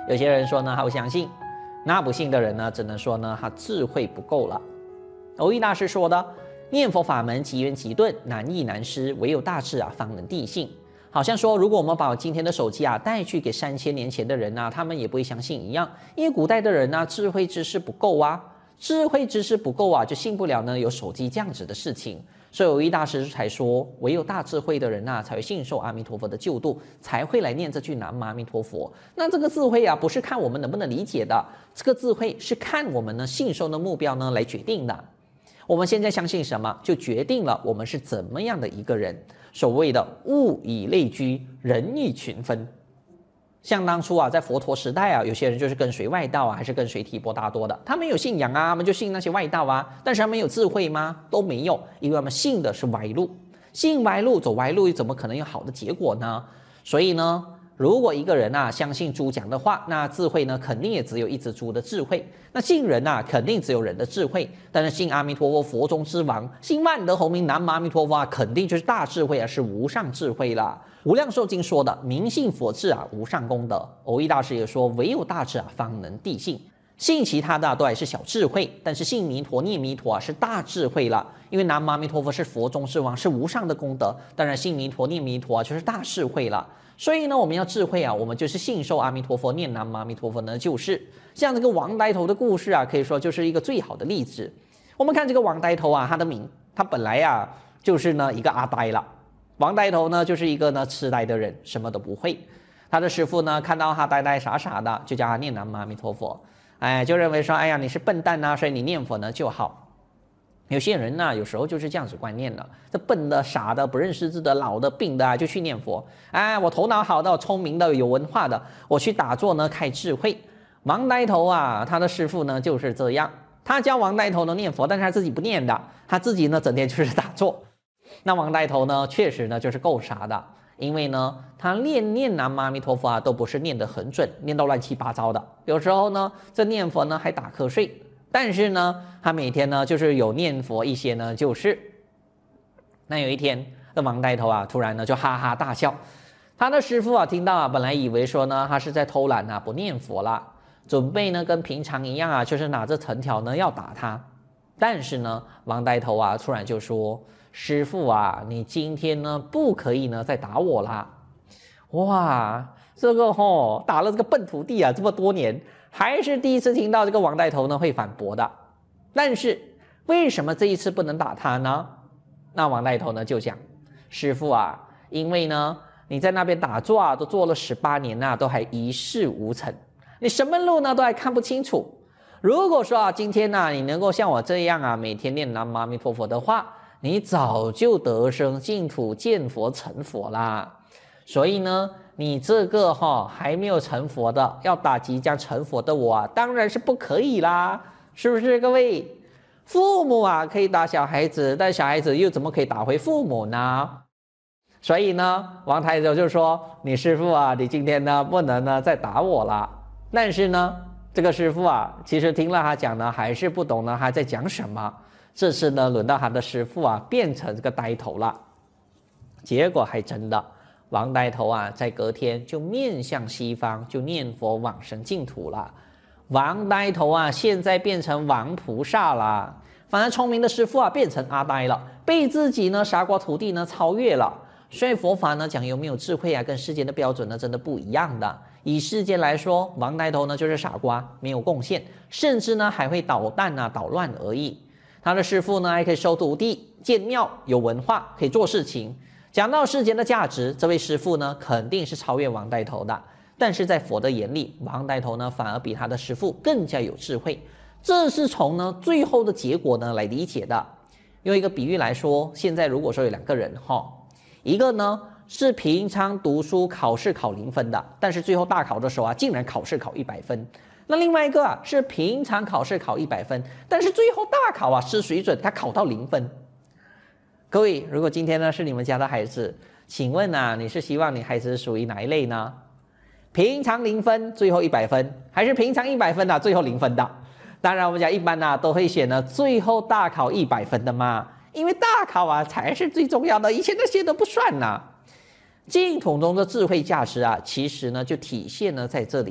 有些人说呢，他不相信；那不信的人呢，只能说呢，他智慧不够了。蕅益大师说的：“念佛法门极圆极顿，难易难施，唯有大智啊，方能地信。”好像说，如果我们把今天的手机啊带去给3000年前的人啊，他们也不会相信一样，因为古代的人呢，智慧知识不够啊，智慧知识不够啊，就信不了呢有手机这样子的事情。所以蕅益大师才说，唯有大智慧的人啊，才会信受阿弥陀佛的救度，才会来念这句南无阿弥陀佛。那这个智慧啊，不是看我们能不能理解的，这个智慧是看我们呢信受的目标呢来决定的。我们现在相信什么，就决定了我们是怎么样的一个人。所谓的物以类聚，人以群分。像当初啊，在佛陀时代啊，有些人就是跟随外道啊，还是跟随提婆达多的，他们有信仰啊，他们就信那些外道啊，但是他们有智慧吗？都没有，因为他们信的是歪路，信歪路走歪路，怎么可能有好的结果呢？所以呢，如果一个人啊相信猪讲的话，那智慧呢肯定也只有一只猪的智慧；那信人啊，肯定只有人的智慧。但是信阿弥陀佛，佛中之王，信万德洪名南无阿弥陀佛啊，肯定就是大智慧啊，是无上智慧啦。无量寿经说的，明信佛智啊，无上功德。蕅益大师也说，唯有大智啊，方能地信。信其他的都还是小智慧，但是信弥陀念弥陀啊是大智慧了，因为南无阿弥陀佛是佛中之王，是无上的功德。当然信弥陀念弥陀啊就是大智慧了。所以呢，我们要智慧啊，我们就是信受阿弥陀佛，念南无阿弥陀佛呢，就是像这个王呆头的故事啊，可以说就是一个最好的例子。我们看这个王呆头啊，他本来啊就是呢一个阿呆了。王呆头呢就是一个呢痴呆的人，什么都不会。他的师父呢看到他呆呆傻傻的，就叫他念南无阿弥陀佛，就认为说，哎呀你是笨蛋啊，所以你念佛呢就好。有些人呢，有时候就是这样子观念的，这笨的、傻的、不认识字的、老的、病的啊，就去念佛。我头脑好的、我聪明的、有文化的，我去打坐呢，开智慧。王呆头啊，他的师父呢就是这样，他教王呆头呢念佛，但是他自己不念的，他自己呢整天就是打坐。那王呆头呢，确实呢就是够傻的，因为呢他念南无阿弥陀佛啊，都不是念得很准，念到乱七八糟的。有时候呢，这念佛呢还打瞌睡。但是呢，他每天呢就是有念佛一些呢，就是那有一天，这王呆头啊，突然呢就哈哈大笑。他的师父啊听到啊，本来以为说呢他是在偷懒啊，不念佛了，准备呢跟平常一样啊，就是拿着藤条呢要打他。但是呢，王呆头啊突然就说：“师父啊，你今天呢不可以呢再打我啦！”哇，这个打了这个笨徒弟啊，这么多年。还是第一次听到这个王呆头呢会反驳的，但是为什么这一次不能打他呢？那王呆头呢就讲：“师父啊，因为呢你在那边打坐啊，都做了18年啊，都还一事无成，你什么路呢都还看不清楚。如果说啊今天呢你能够像我这样啊每天念南无阿弥陀佛的话，你早就得生净土见佛成佛啦。所以呢。”你这个还没有成佛的，要打即将成佛的我啊，当然是不可以啦，是不是各位？父母啊可以打小孩子，但小孩子又怎么可以打回父母呢？所以呢，王呆头就说：“你师父啊，你今天呢不能呢再打我了。”但是呢，这个师父啊，其实听了他讲呢，还是不懂呢他在讲什么。这次呢，轮到他的师父啊变成这个呆头了，结果还真的。王呆头啊，在隔天就面向西方，就念佛往生净土了。王呆头啊，现在变成王菩萨了。反而聪明的师父啊，变成阿呆了，被自己呢傻瓜徒弟呢超越了。所以佛法呢讲有没有智慧啊，跟世间的标准呢真的不一样的。以世间来说，王呆头呢就是傻瓜，没有贡献，甚至呢还会捣蛋啊、捣乱而已。他的师父呢还可以收徒弟、建庙，有文化，可以做事情。讲到世间的价值，这位师父呢肯定是超越王呆头的，但是在佛的眼里，王呆头呢反而比他的师父更加有智慧。这是从呢最后的结果呢来理解的。用一个比喻来说，现在如果说有2个人一个呢是平常读书考试考0分的，但是最后大考的时候啊，竟然考试考100分。那另外一个啊是平常考试考100分，但是最后大考啊失水准，他考到0分。各位，如果今天呢是你们家的孩子，请问啊，你是希望你孩子属于哪一类呢？平常0分，最后100分，还是平常100分最后0分的？当然，我们讲一般都会选呢最后大考100分的嘛，因为大考啊才是最重要的，以前那些都不算净土中的智慧价值啊，其实呢就体现呢在这里，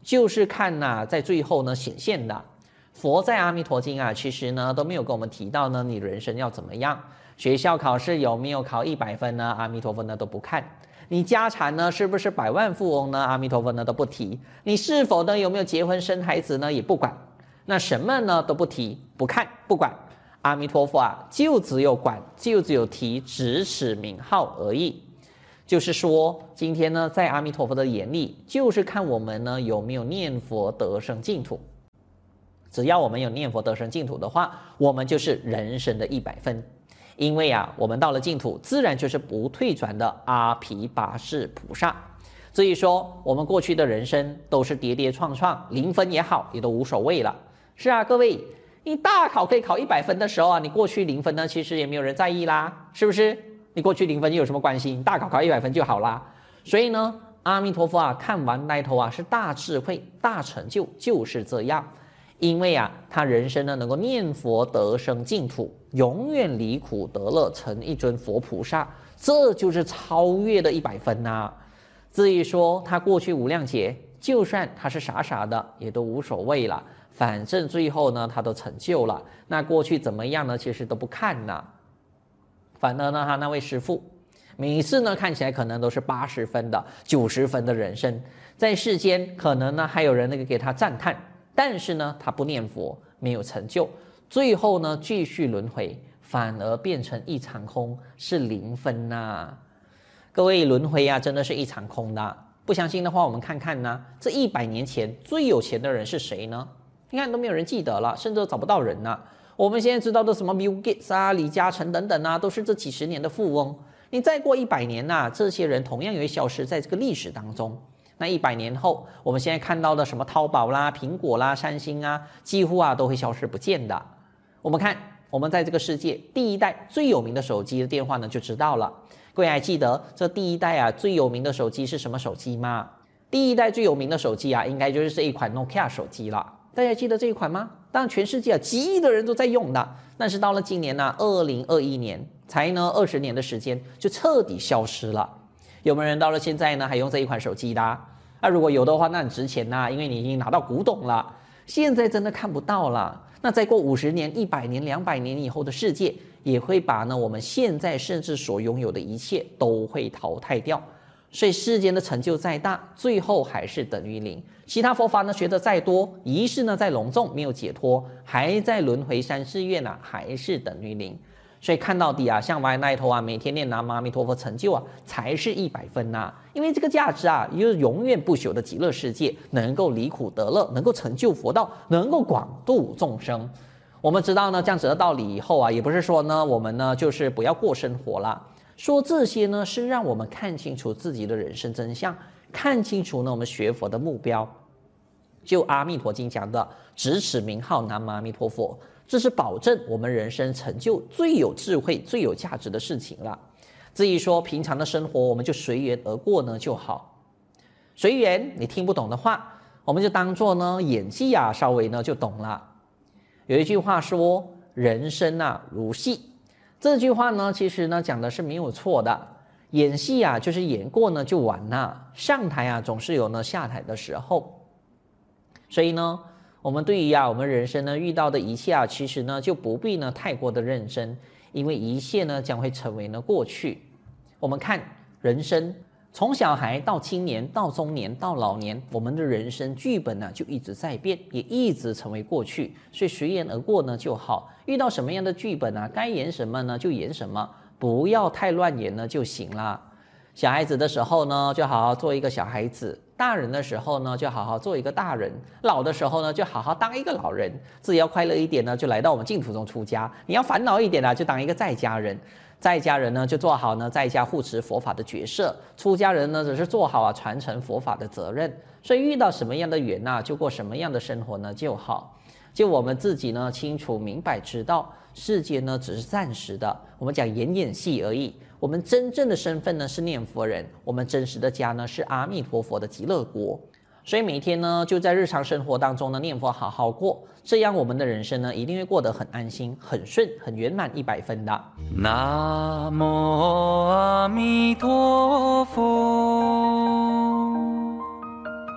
就是看在最后呢显现的。佛在阿弥陀经其实呢都没有跟我们提到呢你人生要怎么样，学校考试有没有考100分呢？阿弥陀佛呢都不看。你家产呢是不是百万富翁呢？阿弥陀佛呢都不提。你是否呢有没有结婚生孩子呢？也不管。那什么呢都不提，不看不管。阿弥陀佛就只有管，就只有提咫尺名号而已。就是说，今天呢，在阿弥陀佛的眼里，就是看我们呢有没有念佛得生净土。只要我们有念佛得生净土的话，我们就是人生的100分。因为我们到了净土，自然就是不退转的阿毗跋致菩萨。所以说，我们过去的人生都是跌跌撞撞，0分也好，也都无所谓了。是各位，你大考可以考100分的时候你过去0分呢，其实也没有人在意啦，是不是？你过去0分又有什么关系？你大考考100分就好啦。所以呢，阿弥陀佛看完来头是大智慧、大成就，就是这样。因为他人生呢能够念佛得生净土，永远离苦得乐，成一尊佛菩萨，这就是超越的100分呐。至于说他过去无量劫，就算他是傻傻的，也都无所谓了。反正最后呢，他都成就了。那过去怎么样呢？其实都不看呐。反而呢，他那位师父，每次呢看起来可能都是80分的、90分的人生，在世间可能呢还有人给他赞叹，但是呢他不念佛，没有成就，最后呢继续轮回，反而变成一场空，是0分呐。各位，轮回真的是一场空的。不相信的话，我们看看呢，这100年前最有钱的人是谁呢？你看都没有人记得了，甚至都找不到人了。我们现在知道的什么 Bill Gates 李嘉诚等等都是这几十年的富翁。你再过100年这些人同样也会消失在这个历史当中。那100年后，我们现在看到的什么淘宝啦、苹果啦、三星几乎都会消失不见的。我们看，我们在这个世界第一代最有名的手机的电话呢，就知道了。各位还记得这第一代最有名的手机是什么手机吗？第一代最有名的手机应该就是这一款 Nokia 手机了。大家记得这一款吗？当然全世界几亿的人都在用的，但是到了今年2021年，才呢20年的时间就彻底消失了。有没有人到了现在呢还用这一款手机的？如果有的话，那很值钱因为你已经拿到古董了。现在真的看不到了。那再过50年、100年、200年以后的世界，也会把我们现在甚至所拥有的一切都会淘汰掉。所以世间的成就再大，最后还是等于0。其他佛法呢学得再多，仪式呢再隆重，没有解脱，还在轮回3世院还是等于0。所以看到底像我那一头每天念南无阿弥陀佛成就才是100分因为这个价值就是永远不朽的极乐世界，能够离苦得乐，能够成就佛道，能够广度众生。我们知道呢这样子的道理以后也不是说呢我们呢就是不要过生活了。说这些呢，是让我们看清楚自己的人生真相，看清楚呢我们学佛的目标。就阿弥陀经讲的咫尺名号南无阿弥陀佛，这是保证我们人生成就最有智慧、最有价值的事情了。至于说平常的生活，我们就随缘而过呢就好。随缘，你听不懂的话，我们就当作呢演技稍微呢就懂了。有一句话说，人生如戏。这句话呢，其实呢讲的是没有错的。演戏就是演过呢就完了，上台总是有呢下台的时候。所以呢，我们对于我们人生呢遇到的一切其实呢就不必呢太过的认真，因为一切呢将会成为呢过去。我们看人生，从小孩到青年到中年到老年，我们的人生剧本就一直在变，也一直成为过去，所以随缘而过呢就好。遇到什么样的剧本该演什么呢就演什么，不要太乱演呢就行了。小孩子的时候呢就好好做一个小孩子，大人的时候呢就好好做一个大人，老的时候呢就好好当一个老人。自己要快乐一点呢，就来到我们净土中出家；你要烦恼一点就当一个在家人。在家人呢就做好呢在家护持佛法的角色，出家人呢只是做好传承佛法的责任。所以遇到什么样的缘就过什么样的生活呢就好。就我们自己呢清楚明白知道，世界呢只是暂时的，我们讲演戏而已。我们真正的身份呢是念佛人，我们真实的家呢是阿弥陀佛的极乐国。所以每天呢就在日常生活当中呢念佛好好过，这样我们的人生呢一定会过得很安心、很顺、很圆满100分的。 南无阿弥陀佛，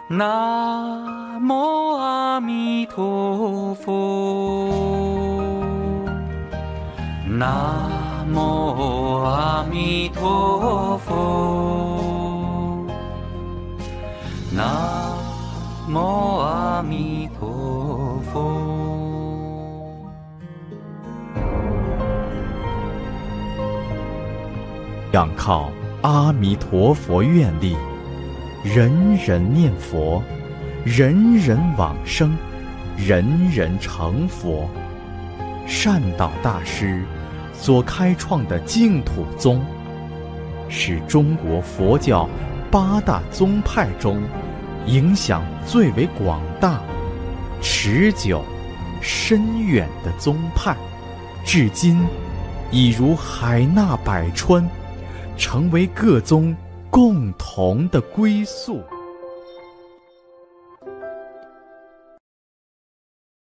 南无阿弥陀佛，南无阿弥陀佛，南无阿弥陀佛。 仰靠阿弥陀佛愿力，人人念佛，人人往生，人人成佛。善导大师所开创的净土宗，是中国佛教8大宗派中影响最为广大、持久、深远的宗派，至今已如海纳百川，成为各宗共同的归宿。